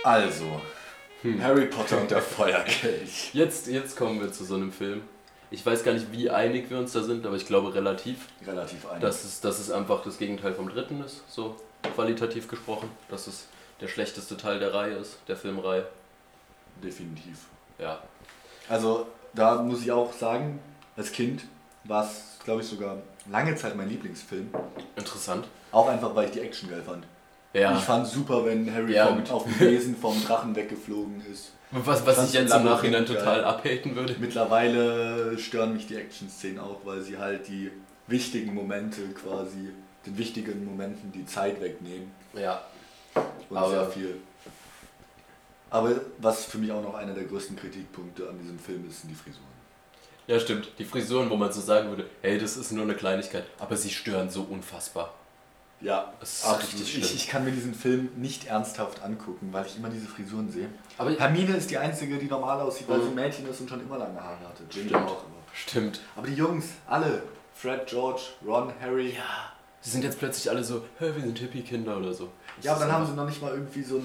Also, Harry Potter und der Feuerkelch. Jetzt kommen wir zu so einem Film. Ich weiß gar nicht, wie einig wir uns da sind, aber ich glaube relativ. Relativ einig. Dass es einfach das Gegenteil vom dritten ist, so qualitativ gesprochen. Dass es der schlechteste Teil der Reihe ist, der Filmreihe. Definitiv. Ja. Also, da muss ich auch sagen, als Kind war es, glaube ich, sogar lange Zeit mein Lieblingsfilm. Interessant. Auch einfach, weil ich die Action geil fand. Ja. Ich fand super, wenn Harry auf dem Besen vom Drachen weggeflogen ist. Was ich jetzt im Nachhinein total abhaten würde. Mittlerweile stören mich die Action-Szenen auch, weil sie halt die wichtigen Momente quasi, den wichtigen Momenten die Zeit wegnehmen. Ja. Und aber sehr viel. Aber was für mich auch noch einer der größten Kritikpunkte an diesem Film ist, sind die Frisuren. Ja, stimmt. Die Frisuren, wo man so sagen würde, hey, das ist nur eine Kleinigkeit, aber sie stören so unfassbar. Ja, das ist richtig schlimm. Ich kann mir diesen Film nicht ernsthaft angucken, weil ich immer diese Frisuren sehe. Aber Hermine ist die einzige, die normal aussieht, weil sie ein Mädchen ist und schon immer lange Haare hatte. Stimmt. Stimmt. Aber die Jungs, alle, Fred, George, Ron, Harry. Ja. Sie sind jetzt plötzlich alle so, hey, wir sind Hippie-Kinder oder so. Ja, aber dann haben sie noch nicht mal irgendwie so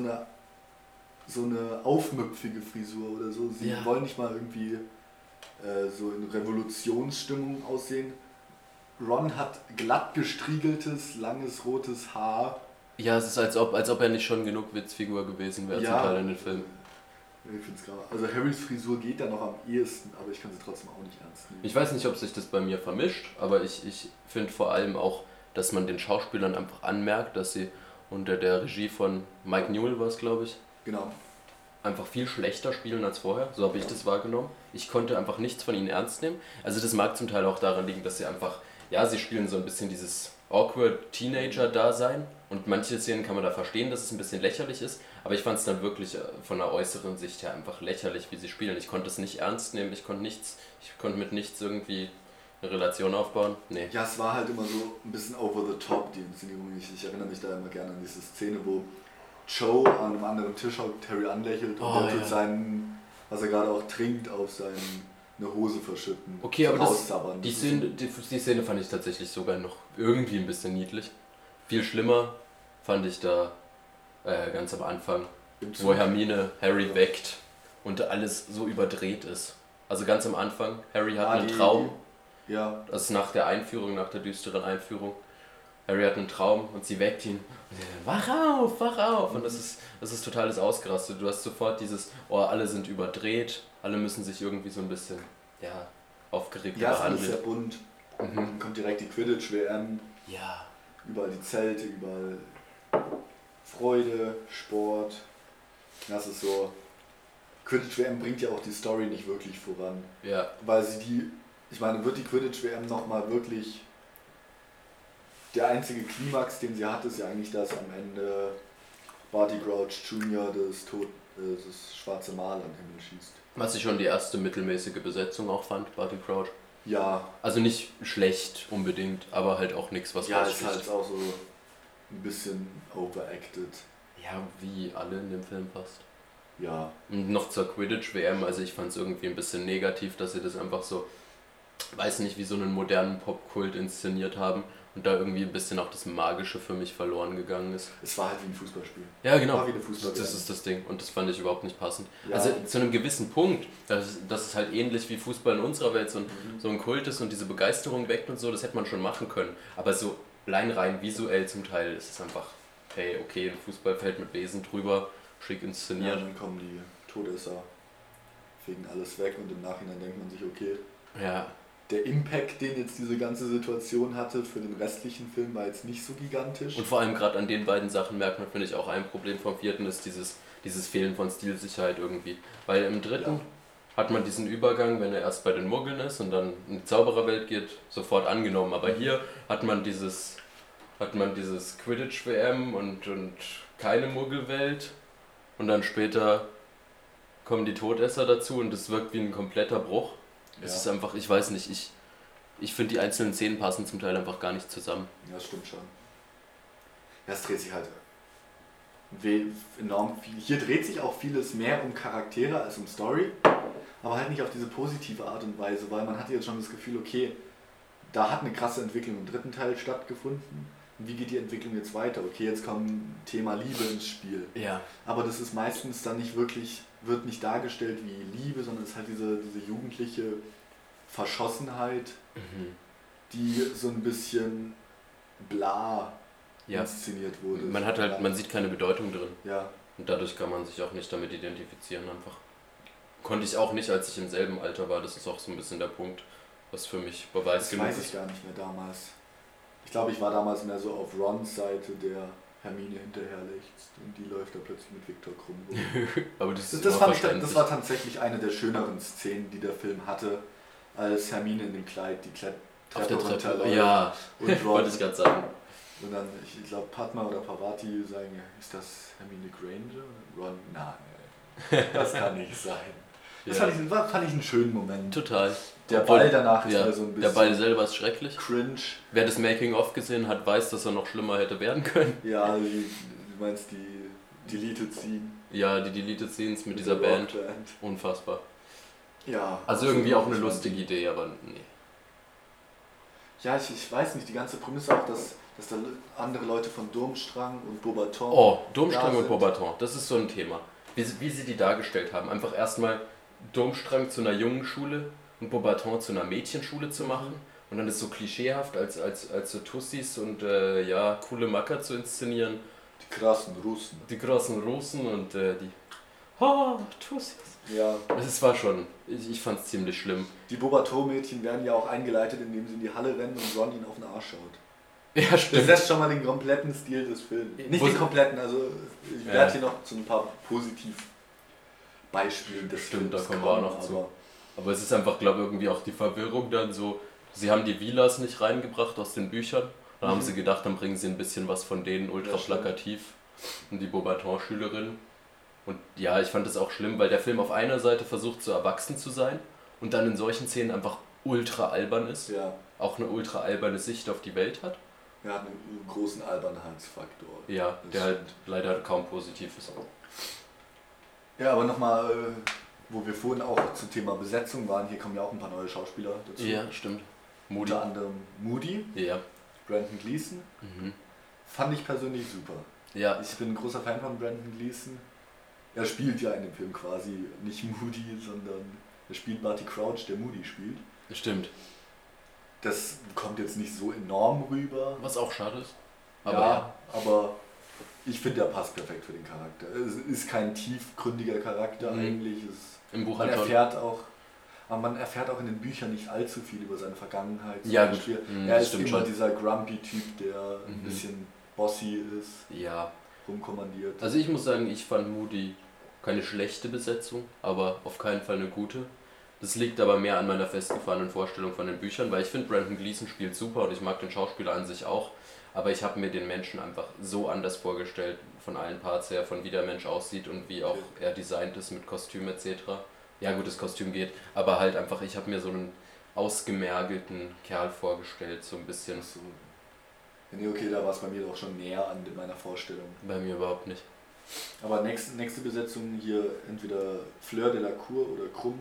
eine aufmüpfige Frisur oder so. Sie wollen nicht mal irgendwie so in Revolutionsstimmung aussehen. Ron hat glatt gestriegeltes, langes, rotes Haar. Ja, es ist als ob er nicht schon genug Witzfigur gewesen wäre, zum Teil in den Filmen. Ich finde es gerade. Also Harrys Frisur geht da noch am ehesten, aber ich kann sie trotzdem auch nicht ernst nehmen. Ich weiß nicht, ob sich das bei mir vermischt, aber ich finde vor allem auch, dass man den Schauspielern einfach anmerkt, dass sie unter der Regie von Mike Newell war es, glaube ich. Genau. Einfach viel schlechter spielen als vorher, so habe ich das wahrgenommen. Ich konnte einfach nichts von ihnen ernst nehmen. Also das mag zum Teil auch daran liegen, dass sie einfach, sie spielen so ein bisschen dieses awkward Teenager-Dasein und manche Szenen kann man da verstehen, dass es ein bisschen lächerlich ist, aber ich fand es dann wirklich von der äußeren Sicht her einfach lächerlich, wie sie spielen. Ich konnte es nicht ernst nehmen, ich konnte mit nichts irgendwie eine Relation aufbauen. Nee. Ja, es war halt immer so ein bisschen over the top, die Inszenierung. Ich erinnere mich da immer gerne an diese Szene, wo Joe an einem anderen Tisch hockt, Harry anlächelt und der tut seinen, was er gerade auch trinkt, auf seine Hose verschütten. Okay, aber die Szene fand ich tatsächlich sogar noch irgendwie ein bisschen niedlich. Viel schlimmer fand ich da ganz am Anfang, wo Hermine Harry weckt und alles so überdreht ist. Also ganz am Anfang, Harry hat einen Traum. Ja. Das ist nach der düsteren Einführung. Harry hat einen Traum und sie weckt ihn. Und wach auf, wach auf! Und das ist totales Ausgerastet. Du hast sofort dieses, alle sind überdreht, alle müssen sich irgendwie so ein bisschen, aufgeregt behandeln. Ja, es ist sehr bunt. Dann kommt direkt die Quidditch-WM. Ja. Überall die Zelte, überall Freude, Sport. Das ist so. Quidditch-WM bringt ja auch die Story nicht wirklich voran. Ja. Weil wird die Quidditch-WM nochmal wirklich. Der einzige Klimax, den sie hat, ist ja eigentlich, dass am Ende Barty Crouch Jr. das schwarze Mal am Himmel schießt. Was ich schon die erste mittelmäßige Besetzung auch fand, Barty Crouch. Ja. Also nicht schlecht unbedingt, aber halt auch nichts, was raussticht. Ja, ist halt auch so ein bisschen overacted. Ja, wie alle in dem Film fast. Ja. Und noch zur Quidditch-WM, also ich fand es irgendwie ein bisschen negativ, dass sie das einfach so, weiß nicht, wie so einen modernen Popkult inszeniert haben. Und da irgendwie ein bisschen auch das Magische für mich verloren gegangen ist. Es war halt wie ein Fußballspiel. Ja, genau. Das ist das Ding. Und das fand ich überhaupt nicht passend. Ja. Also zu einem gewissen Punkt, dass es halt ähnlich wie Fußball in unserer Welt so ein Kult ist und diese Begeisterung weckt und so, das hätte man schon machen können. Aber so rein visuell zum Teil ist es einfach, hey, okay, ein Fußballfeld mit Besen drüber, schick inszeniert. Ja, dann kommen die Todesser, fegen alles weg und im Nachhinein denkt man sich, okay. Ja. Der Impact, den jetzt diese ganze Situation hatte für den restlichen Film, war jetzt nicht so gigantisch. Und vor allem gerade an den beiden Sachen merkt man, finde ich, auch ein Problem vom vierten ist dieses Fehlen von Stilsicherheit irgendwie. Weil im dritten hat man diesen Übergang, wenn er erst bei den Muggeln ist und dann in die Zaubererwelt geht, sofort angenommen. Aber hier hat man dieses Quidditch-WM und keine Muggelwelt und dann später kommen die Todesser dazu und es wirkt wie ein kompletter Bruch. Es ist einfach, ich weiß nicht, ich finde die einzelnen Szenen passen zum Teil einfach gar nicht zusammen. Ja, das stimmt schon. Ja, es dreht sich halt enorm viel. Hier dreht sich auch vieles mehr um Charaktere als um Story, aber halt nicht auf diese positive Art und Weise, weil man hat jetzt schon das Gefühl, okay, da hat eine krasse Entwicklung im dritten Teil stattgefunden. wie geht die Entwicklung jetzt weiter? Okay, jetzt kommt Thema Liebe ins Spiel. Ja. Aber das ist meistens dann nicht wirklich, wird nicht dargestellt wie Liebe, sondern es ist halt diese jugendliche Verschossenheit, die so ein bisschen bla inszeniert wurde. Man sieht keine Bedeutung drin. Ja. Und dadurch kann man sich auch nicht damit identifizieren einfach. Konnte ich auch nicht, als ich im selben Alter war. Das ist auch so ein bisschen der Punkt, was für mich Beweis genug ist. Das weiß ich gar nicht mehr damals. Ich glaube, ich war damals mehr so auf Rons Seite, der Hermine hinterherlechzt und die läuft da plötzlich mit Viktor Krumm rum. Aber das war tatsächlich eine der schöneren Szenen, die der Film hatte, als Hermine in dem Kleid die Treppe runterläuft. Ja, und Ron, wollte ich gerade sagen. Und dann, ich glaube, Padma oder Parvati sagen, ist das Hermine Granger? Ron, nein, das kann nicht sein. Das fand ich einen schönen Moment. Total. Der Ball danach ist so ein bisschen... Der Ball selber ist schrecklich. Cringe. Wer das Making-of gesehen hat, weiß, dass er noch schlimmer hätte werden können. Ja, du meinst die Deleted Scene? Ja, die Deleted Scenes mit dieser Band. Unfassbar. Ja. Also irgendwie auch eine lustige Idee, aber nee. Ja, ich weiß nicht, die ganze Prämisse auch, dass da andere Leute von Durmstrang und Beauxbaton... Oh, Durmstrang und Beauxbaton, das ist so ein Thema. Wie sie die dargestellt haben. Einfach erstmal Durmstrang zu einer jungen Schule und Beauxbaton zu einer Mädchenschule zu machen und dann ist so klischeehaft als so Tussis und coole Macker zu inszenieren. Die krassen Russen. Die krassen Russen und die Tussis. Ja. Es war schon, ich fand es ziemlich schlimm. Die Beauxbaton-Mädchen werden ja auch eingeleitet, indem sie in die Halle rennen und Ron ihnen auf den Arsch schaut. Ja, stimmt. Das setzt schon mal den kompletten Stil des Films. Nicht den kompletten, also ich werde hier noch zu ein paar Positivbeispielen des Films da kommen wir auch noch zu. Aber es ist einfach, glaube ich, irgendwie auch die Verwirrung dann so, sie haben die Vilas nicht reingebracht aus den Büchern, dann haben sie gedacht, dann bringen sie ein bisschen was von denen ultra plakativ und die Beauxbaton-Schülerin. Und ja, ich fand das auch schlimm, weil der Film auf einer Seite versucht, so erwachsen zu sein und dann in solchen Szenen einfach ultra albern ist, auch eine ultra alberne Sicht auf die Welt hat. Er hat einen großen Albernheitsfaktor. Ja, der halt leider kaum positiv ist. Ja, aber nochmal, wo wir vorhin auch zum Thema Besetzung waren, hier kommen ja auch ein paar neue Schauspieler dazu. Ja, stimmt. Moody. Unter anderem Moody, Brendan Gleeson. Fand ich persönlich super. Ja. Ich bin ein großer Fan von Brendan Gleeson. Er spielt ja in dem Film quasi nicht Moody, sondern er spielt Barty Crouch, der Moody spielt. Stimmt. Das kommt jetzt nicht so enorm rüber. Was auch schade ist. Aber ich finde, er passt perfekt für den Charakter. Es ist kein tiefgründiger Charakter eigentlich. Im Buch man erfährt auch in den Büchern nicht allzu viel über seine Vergangenheit. Ja, gut. Er ist immer dieser grumpy-Typ, der ein bisschen bossy ist. Ja. Rumkommandiert. Also ich muss sagen, ich fand Moody keine schlechte Besetzung, aber auf keinen Fall eine gute. Das liegt aber mehr an meiner festgefahrenen Vorstellung von den Büchern, weil ich finde, Brendan Gleeson spielt super und ich mag den Schauspieler an sich auch, aber ich habe mir den Menschen einfach so anders vorgestellt, von allen Parts her, von wie der Mensch aussieht und wie auch er designt ist mit Kostüm etc. Ja gut, das Kostüm geht, aber halt einfach, ich habe mir so einen ausgemergelten Kerl vorgestellt, so ein bisschen. So. Nee, okay, da war es bei mir doch schon näher an meiner Vorstellung. Bei mir überhaupt nicht. Aber nächste Besetzung hier entweder Fleur de la Cour oder Krumm.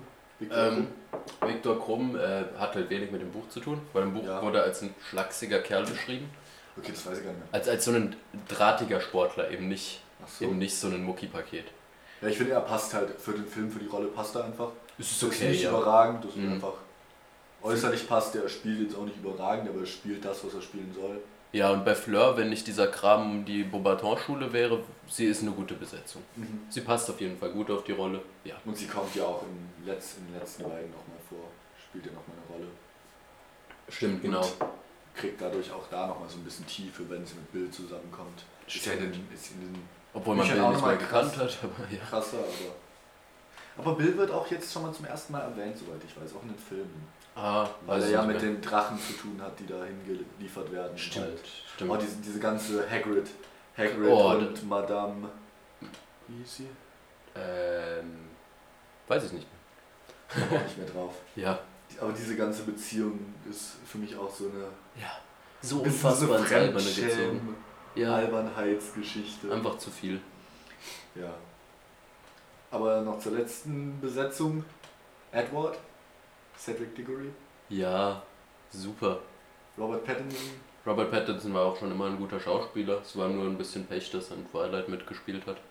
Viktor Krumm hat halt wenig mit dem Buch zu tun, weil im Buch wurde er als ein schlachsiger Kerl beschrieben. Okay, das weiß ich gar nicht mehr. Als so ein drahtiger Sportler, eben nicht so ein Muckipaket. Ja, ich finde, er passt halt für den Film, für die Rolle passt er einfach. Es ist okay, ist nicht überragend, das ist einfach äußerlich passt. Er spielt jetzt auch nicht überragend, aber er spielt das, was er spielen soll. Ja, und bei Fleur, wenn nicht dieser Kram um die Beauxbaton-Schule wäre, sie ist eine gute Besetzung. Sie passt auf jeden Fall gut auf die Rolle. Ja. Und sie kommt ja auch in den letzten beiden nochmal vor, spielt ja nochmal eine Rolle. Stimmt, genau. Und kriegt dadurch auch da nochmal so ein bisschen Tiefe, wenn sie mit Bill zusammenkommt. Obwohl man Bill nicht mehr gekannt hat. Aber ja. Krasser, aber Bill wird auch jetzt schon mal zum ersten Mal erwähnt, soweit ich weiß, auch in den Filmen. Weil er ja mit den Drachen zu tun hat, die da hingeliefert werden. Stimmt, halt. stimmt. Oh, diese ganze Hagrid und Madame... Wie hieß sie? Weiß ich nicht mehr. Ich bin auch nicht mehr drauf. Ja. Aber diese ganze Beziehung ist für mich auch so eine... Ja. So unfassbar ins Alberne gezogen. Ja. Albernheitsgeschichte. Einfach zu viel. Ja. Aber noch zur letzten Besetzung. Edward. Cedric Diggory. Ja, super. Robert Pattinson. Robert Pattinson war auch schon immer ein guter Schauspieler. Es war nur ein bisschen Pech, dass er in Twilight mitgespielt hat.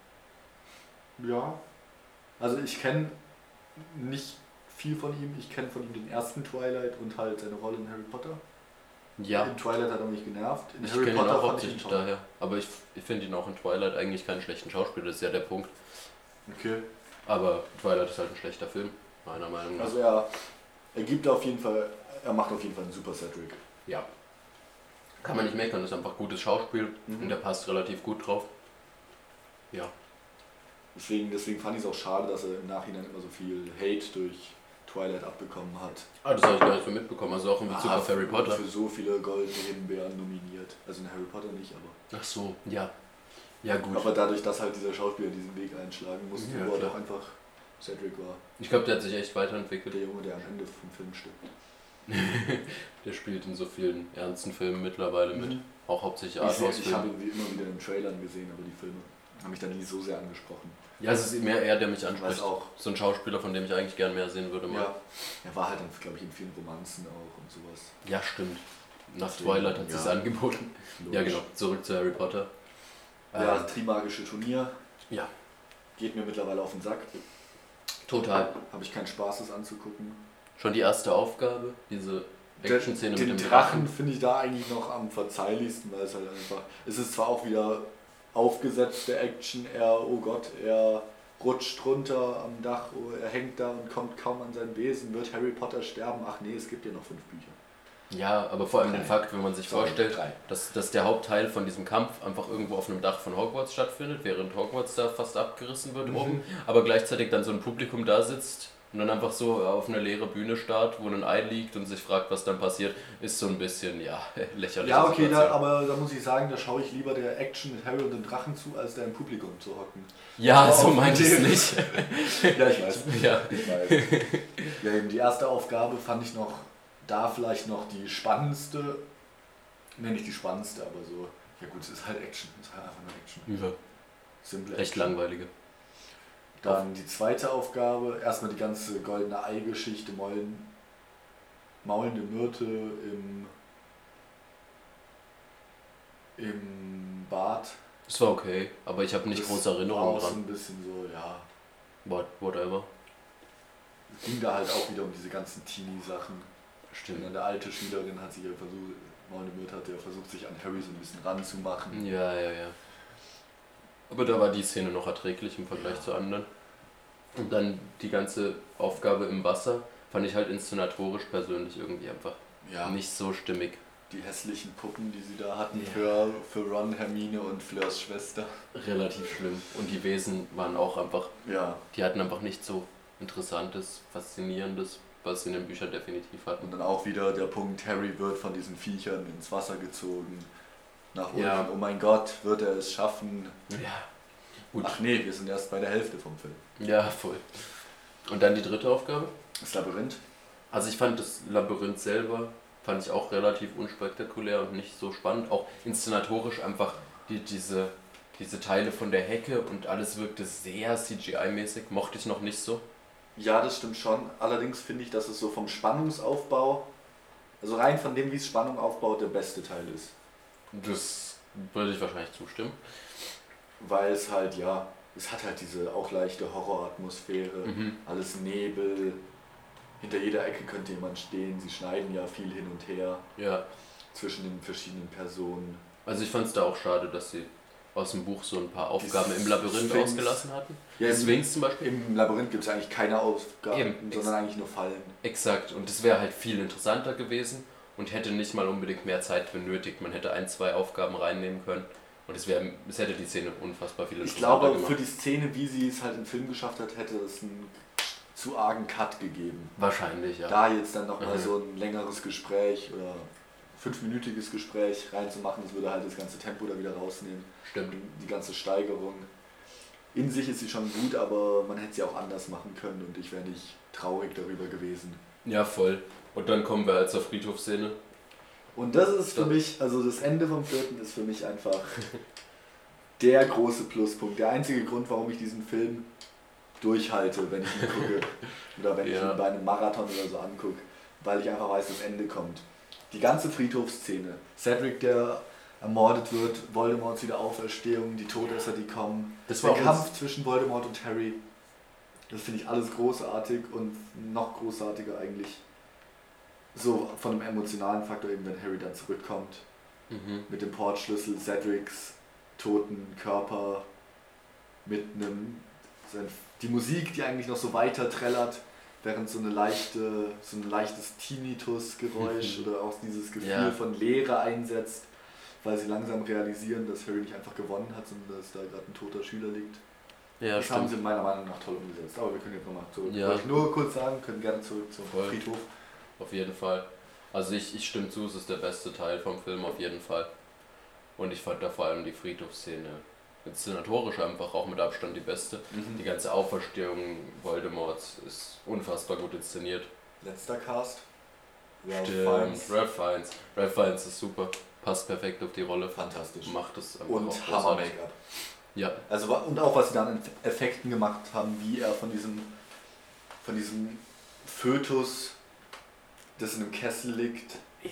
Ja. Also ich kenne nicht viel von ihm. Ich kenne von ihm den ersten Twilight und halt seine Rolle in Harry Potter. Ja, In Twilight hat er mich genervt. In ich Harry kenne ihn Potter auch fand ich ihn hauptsächlich toll. daher. Aber ich finde ihn auch in Twilight eigentlich keinen schlechten Schauspieler, das ist ja der Punkt. Okay. Aber Twilight ist halt ein schlechter Film, meiner Meinung nach. Also er gibt auf jeden Fall, er macht auf jeden Fall einen super Cedric. Ja. Kann man nicht meckern, das ist einfach gutes Schauspiel und der passt relativ gut drauf. Ja. Deswegen fand ich es auch schade, dass er im Nachhinein immer so viel Hate durch Twilight abbekommen hat. Ah, das habe ich gar nicht so mitbekommen, also auch in Bezug auf Harry Potter. Für so viele goldene Himbeeren nominiert. Also in Harry Potter nicht, aber. Ach so, ja. Ja gut. Aber dadurch, dass halt dieser Schauspieler diesen Weg einschlagen musste, Ja, wo er klar. doch einfach Cedric war. Ich glaube, der hat sich echt weiterentwickelt. Der Junge, der am Ende vom Film stirbt. Der spielt in so vielen ernsten Filmen mittlerweile mit. Auch hauptsächlich Ich habe Arthouse-Filme. ihn immer wieder in Trailern gesehen, aber die Filme haben mich da nie so sehr angesprochen. Ja, es ist mehr er, der mich Ich weiß anspricht. auch. So ein Schauspieler, von dem ich eigentlich gern mehr sehen würde. Mal. Ja, er war halt dann, glaube ich, in vielen Romanzen auch und sowas. Ja, stimmt. Nach Deswegen, Twilight hat ja. sich's angeboten. Ja, Logisch. genau. Zurück zu Harry Potter. Ja, das Trimagische Turnier Ja, geht mir mittlerweile auf den Sack. total. Habe ich keinen Spaß, das anzugucken. Schon die erste Aufgabe, diese Action-Szene mit Den dem Drachen finde ich da eigentlich noch am verzeihlichsten, weil es halt einfach. Es ist zwar auch wieder aufgesetzte Action, oh Gott, er rutscht runter am Dach, er hängt da und kommt kaum an sein Wesen, wird Harry Potter sterben? Ach nee, es gibt ja noch 5 Bücher. Ja, aber vor allem den 3. Fakt, wenn man sich Sorry, vorstellt, 3. dass der Hauptteil von diesem Kampf einfach irgendwo auf einem Dach von Hogwarts stattfindet, während Hogwarts da fast abgerissen wird oben, aber gleichzeitig dann so ein Publikum da sitzt und dann einfach so auf eine leere Bühne starrt, wo ein Ei liegt und sich fragt, was dann passiert, ist so ein bisschen, ja, lächerlich. Ja, okay, aber da muss ich sagen, da schaue ich lieber der Action mit Harry und dem Drachen zu, als da im Publikum zu hocken. Ja, so auf meinte ich es dem- nicht. Ja, ich weiß. Ja. Ich weiß. Ja, eben die erste Aufgabe fand ich noch, da vielleicht noch die spannendste, ne, nicht die spannendste, aber so, ja gut, es ist halt Action, es ist halt einfach nur Action. Ja, Simple recht Action. langweilige. Dann die zweite Aufgabe, erstmal die ganze goldene Ei-Geschichte, maulende Myrte im Bad. Es war okay, aber ich habe nicht Das große war Erinnerungen auch so dran. ein bisschen so, ja, Whatever. es ging da halt auch wieder um diese ganzen Teenie-Sachen. Stimmt. Eine alte Schülerin hat sich ja versucht, maulende Myrte hat ja versucht, sich an Harry so ein bisschen ranzumachen. Ja. Aber da war die Szene noch erträglich im Vergleich Ja. zu anderen. Und dann die ganze Aufgabe im Wasser fand ich halt inszenatorisch persönlich irgendwie einfach Ja, nicht so stimmig. die hässlichen Puppen, die sie da hatten Ja. für Ron, Hermine und Fleurs Schwester. Relativ schlimm. Und die Wesen waren auch einfach, Ja, die hatten einfach nicht so Interessantes, Faszinierendes, was sie in den Büchern definitiv hatten. und dann auch wieder der Punkt, Harry wird von diesen Viechern ins Wasser gezogen. Nach unten, Ja. oh mein Gott, wird er es schaffen? Ja. Gut. Ach nee, wir sind erst bei der Hälfte vom Film. Ja, voll. Und dann die dritte Aufgabe? Das Labyrinth? Also ich fand das Labyrinth selber, fand ich auch relativ unspektakulär und nicht so spannend. Auch inszenatorisch einfach diese Teile von der Hecke und alles wirkte sehr CGI-mäßig, mochte ich noch nicht so. Ja, das stimmt schon. Allerdings finde ich, dass es so vom Spannungsaufbau, also rein von dem, wie es Spannung aufbaut, der beste Teil ist. Das würde ich wahrscheinlich zustimmen. Weil es halt, ja, es hat halt diese auch leichte Horroratmosphäre, alles Nebel, hinter jeder Ecke könnte jemand stehen, sie schneiden ja viel hin und her Ja, zwischen den verschiedenen Personen. also ich fand es da auch schade, dass sie aus dem Buch so ein paar Aufgaben Die im Labyrinth Sphinx. ausgelassen hatten. Ja, Die Sphinx zum Beispiel. Im Labyrinth gibt es eigentlich keine Aufgaben, Eben. sondern eigentlich nur Fallen. Exakt, und das wäre halt viel interessanter gewesen und hätte nicht mal unbedingt mehr Zeit benötigt. Man hätte 1, 2 Aufgaben reinnehmen können und es hätte die Szene unfassbar viel Ich interessanter glaube, gemacht. für die Szene, wie sie es halt im Film geschafft hat, hätte es einen zu argen Cut gegeben. Wahrscheinlich, ja. Da jetzt dann nochmal Mhm. so ein längeres Gespräch oder 5-minütiges Gespräch reinzumachen, das würde halt das ganze Tempo da wieder rausnehmen. Stimmt. Die ganze Steigerung. In sich ist sie schon gut, aber man hätte sie auch anders machen können und ich wäre nicht traurig darüber gewesen. Ja, voll. Und dann kommen wir halt zur Friedhofsszene. Und das ist für Ja. mich, also das Ende vom 4. ist für mich einfach der große Pluspunkt. Der einzige Grund, warum ich diesen Film durchhalte, wenn ich ihn gucke. Oder wenn ich Ja. ihn bei einem Marathon oder so angucke. Weil ich einfach weiß, das Ende kommt. die ganze Friedhofsszene. Cedric, der ermordet wird, Voldemorts Wiederauferstehung, die Todesser, die kommen. Das Der war Kampf zwischen Voldemort und Harry. Das finde ich alles großartig und noch großartiger eigentlich. So von einem emotionalen Faktor eben, wenn Harry dann zurückkommt. Mit dem Portschlüssel, Cedrics toten Körper, mit einem... Die Musik, die eigentlich noch so weiter trällert, während so ein leichtes Tinnitus-Geräusch oder auch dieses Gefühl von Leere einsetzt, weil sie langsam realisieren, dass Harry nicht einfach gewonnen hat, sondern dass da gerade ein toter Schüler liegt. Ja, das haben sie meiner Meinung nach toll umgesetzt. Aber wir können jetzt nochmal zurück. Ja. Wollte ich nur kurz sagen, können gerne zurück zum Friedhof. Auf jeden Fall. Also ich stimme zu, es ist der beste Teil vom Film auf jeden Fall. Und ich fand da vor allem die Friedhofsszene inszenatorisch einfach auch mit Abstand die beste. Die ganze Auferstehung Voldemorts ist unfassbar gut inszeniert. Letzter Cast. Ralph Fiennes ist super. Passt perfekt auf die Rolle. Fantastisch. Macht es einfach und auch Hammer Make-up. Ja. Also, und auch was sie dann in Effekten gemacht haben, wie er von diesem Fötus, das in einem Kessel liegt,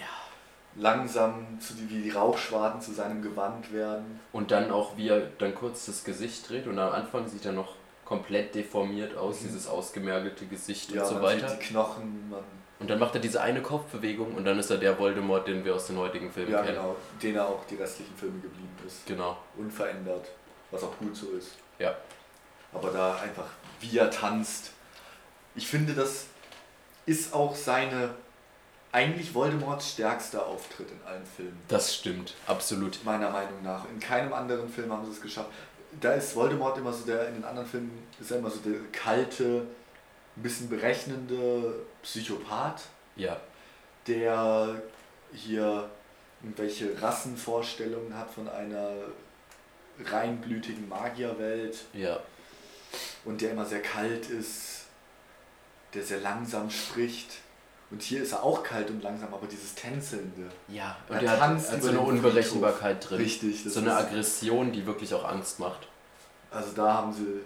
langsam wie die Rauchschwaden zu seinem Gewand werden. Und dann auch, wie er dann kurz das Gesicht dreht und am Anfang sieht er noch komplett deformiert aus, dieses ausgemergelte Gesicht und so weiter. Sieht die Knochen, und dann macht er diese eine Kopfbewegung und dann ist er der Voldemort, den wir aus den heutigen Filmen kennen. Ja, genau, den er auch die restlichen Filme geblieben ist. Genau. Unverändert, was auch gut so ist. Ja. Aber da einfach, wie er tanzt. Ich finde, das ist auch eigentlich Voldemorts stärkster Auftritt in allen Filmen. Das stimmt, absolut. Meiner Meinung nach. In keinem anderen Film haben sie es geschafft. Da ist Voldemort immer so in den anderen Filmen ist er immer so der kalte, ein bisschen berechnende Psychopath. Ja. Der hier irgendwelche Rassenvorstellungen hat von einer reinblütigen Magierwelt. Ja. Und der immer sehr kalt ist, der sehr langsam spricht. Und hier ist er auch kalt und langsam, aber dieses Tänzelnde. Ja, und er hat so eine Unberechenbarkeit drin. Richtig. So eine Aggression, die wirklich auch Angst macht. Also da haben sie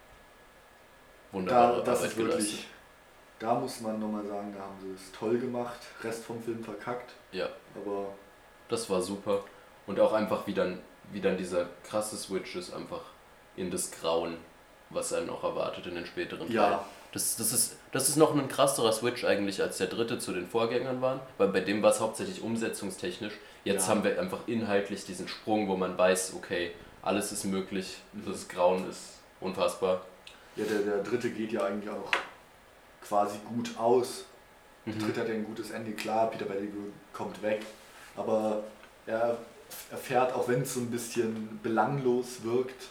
wunderbare Arbeit geleistet. Da muss man nochmal sagen, da haben sie es toll gemacht. Rest vom Film verkackt. Ja. Aber das war super. Und auch einfach wie dann dieser krasse Switch ist einfach in das Grauen, was einen auch erwartet in den späteren Teilen. Das ist noch ein krasserer Switch eigentlich, als der dritte zu den Vorgängern waren, weil bei dem war es hauptsächlich umsetzungstechnisch. Jetzt haben wir einfach inhaltlich diesen Sprung, wo man weiß, okay, alles ist möglich, das Grauen ist unfassbar. Ja, der dritte geht ja eigentlich auch quasi gut aus. Der dritte hat ja ein gutes Ende, klar, Peter Pettigrew kommt weg, aber er erfährt, auch wenn es so ein bisschen belanglos wirkt,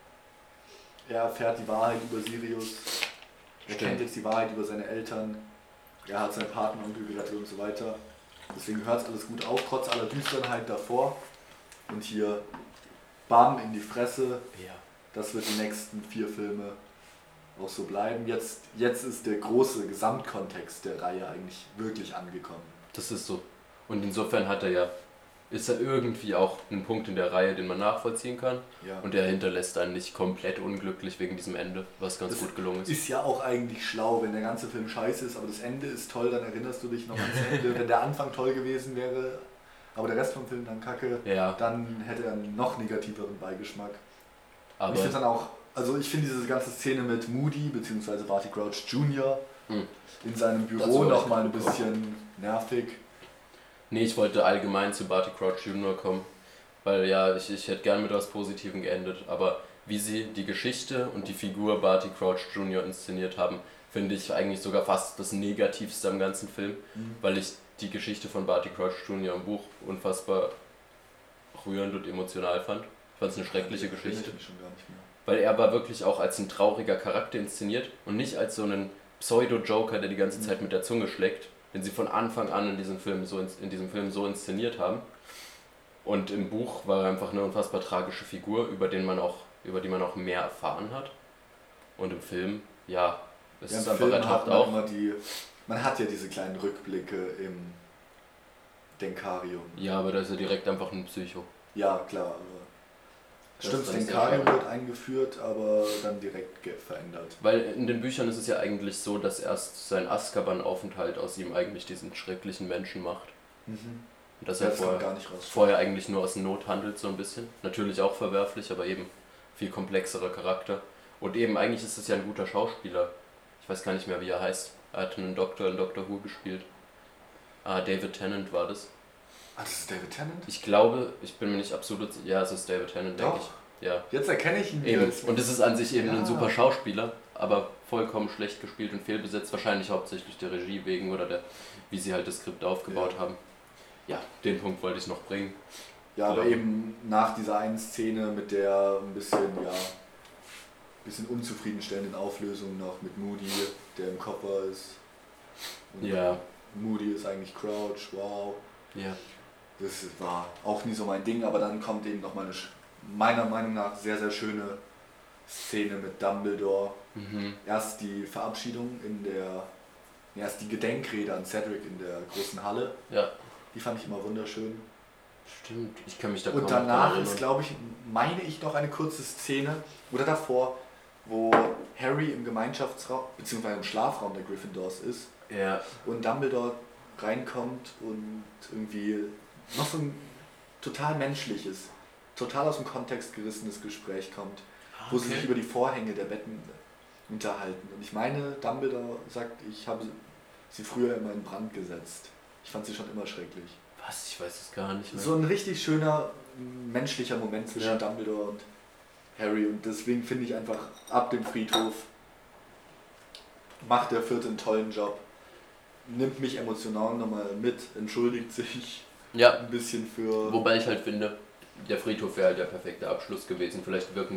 er erfährt die Wahrheit über Sirius. Er kennt jetzt die Wahrheit über seine Eltern, er hat seinen Patenonkel gerettet und so weiter. Deswegen hört es alles gut auf, trotz aller Düsternheit davor. Und hier, bam, in die Fresse. Ja. Das wird die nächsten 4 Filme auch so bleiben. Jetzt ist der große Gesamtkontext der Reihe eigentlich wirklich angekommen. Das ist so. Und insofern ist er irgendwie auch ein Punkt in der Reihe, den man nachvollziehen kann. Ja. Und er hinterlässt einen nicht komplett unglücklich wegen diesem Ende, was ganz gut gelungen ist. Ist ja auch eigentlich schlau, wenn der ganze Film scheiße ist, aber das Ende ist toll, dann erinnerst du dich noch ans Ende. Wenn der Anfang toll gewesen wäre, aber der Rest vom Film dann kacke, dann hätte er einen noch negativeren Beigeschmack. Aber ich finde dann auch, ich finde diese ganze Szene mit Moody bzw. Barty Crouch Jr. In seinem Büro nochmal ein bisschen nervig. Nee, ich wollte allgemein zu Barty Crouch Jr. kommen, weil ich hätte gern mit was Positivem geendet, aber wie sie die Geschichte und die Figur Barty Crouch Jr. inszeniert haben, finde ich eigentlich sogar fast das Negativste am ganzen Film, weil ich die Geschichte von Barty Crouch Jr. im Buch unfassbar rührend und emotional fand. Ich fand es eine schreckliche Geschichte, weil er war wirklich auch als ein trauriger Charakter inszeniert und nicht als so einen Pseudo-Joker, der die ganze Zeit mit der Zunge schlägt, den sie von Anfang an in diesem Film so inszeniert haben. Und im Buch war er einfach eine unfassbar tragische Figur, über die man auch mehr erfahren hat. Und im Film, es ist einfach, er taucht auf. Man hat ja diese kleinen Rückblicke im Denkarium. Ja, aber da ist er direkt einfach ein Psycho. Ja, klar. Aber stimmt, das Denkarium wird eingeführt, aber dann direkt verändert. Weil in den Büchern ist es ja eigentlich so, dass erst sein Azkaban-Aufenthalt aus ihm eigentlich diesen schrecklichen Menschen macht. Mhm. Und dass Ja, er das kommt gar nicht raus. vorher eigentlich nur aus Not handelt, so ein bisschen. Natürlich auch verwerflich, aber eben viel komplexerer Charakter. Und eben eigentlich ist es ja ein guter Schauspieler. Ich weiß gar nicht mehr, wie er heißt. Er hat einen Doktor in Doctor Who gespielt. David Tennant war das. Das ist David Tennant? Ich glaube, ich bin mir nicht absolut... Ja, es ist David Tennant, denke Doch. ich. Ja. Jetzt erkenne ich ihn Eben. wieder. Und es ist an sich eben Ja. ein super Schauspieler, aber vollkommen schlecht gespielt und fehlbesetzt. Wahrscheinlich hauptsächlich der Regie wegen oder wie sie halt das Skript aufgebaut haben. Ja, den Punkt wollte ich noch bringen. Ja, aber eben nach dieser einen Szene mit der ein bisschen unzufriedenstellenden Auflösung noch mit Moody, der im Koffer ist. Und Ja. Moody ist eigentlich Crouch, wow. Ja. Das war auch nie so mein Ding, aber dann kommt eben noch mal eine meiner Meinung nach sehr, sehr schöne Szene mit Dumbledore. Mhm. Erst die Verabschiedung erst die Gedenkrede an Cedric in der großen Halle. Ja. Die fand ich immer wunderschön. Stimmt, ich kann mich da kaum Und dran danach erinnern. ist, glaube ich, meine ich, noch eine kurze Szene, oder davor, wo Harry im Gemeinschaftsraum, beziehungsweise im Schlafraum der Gryffindors ist Ja. und Dumbledore reinkommt und irgendwie noch so ein total menschliches, total aus dem Kontext gerissenes Gespräch kommt, wo sie sich über die Vorhänge der Betten unterhalten. Und ich meine, Dumbledore sagt, ich habe sie früher immer in Brand gesetzt. Ich fand sie schon immer schrecklich. Was? Ich weiß es gar nicht mehr. So ein richtig schöner menschlicher Moment zwischen Ja. Dumbledore und Harry, und deswegen finde ich einfach, ab dem Friedhof macht der Vierte einen tollen Job, nimmt mich emotional nochmal mit, entschuldigt sich Ja, ein bisschen für... wobei ich halt finde, der Friedhof wäre halt der perfekte Abschluss gewesen. Vielleicht wirkt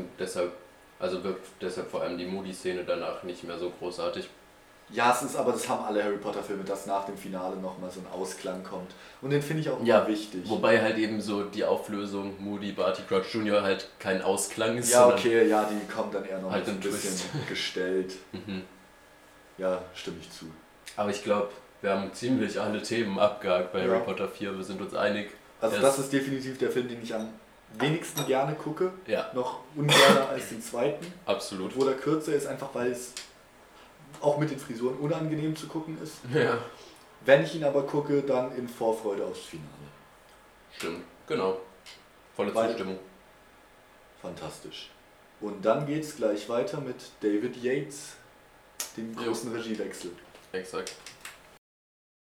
deshalb vor allem die Moody-Szene danach nicht mehr so großartig. Ja, das haben alle Harry Potter Filme, dass nach dem Finale nochmal so ein Ausklang kommt. Und den finde ich auch immer Ja, wichtig. Wobei halt eben so die Auflösung Moody, Barty Crouch Jr. halt kein Ausklang ist, Ja, sondern okay, ja, die kommt dann eher noch halt so ein ein bisschen Twist. gestellt. Mhm. Ja, stimme ich zu. Aber ich glaube, wir haben ziemlich alle Themen abgehakt bei Ja. Harry Potter 4, wir sind uns einig. Also das ist definitiv der Film, den ich am wenigsten gerne gucke. Ja, Noch ungerner als den zweiten. absolut. Obwohl er kürzer ist, einfach weil es auch mit den Frisuren unangenehm zu gucken ist. Ja, Wenn ich ihn aber gucke, dann in Vorfreude aufs Finale. stimmt, genau. Volle Weil- Zustimmung. Fantastisch. Und dann geht es gleich weiter mit David Yates, dem Jo. großen Regiewechsel. Exakt.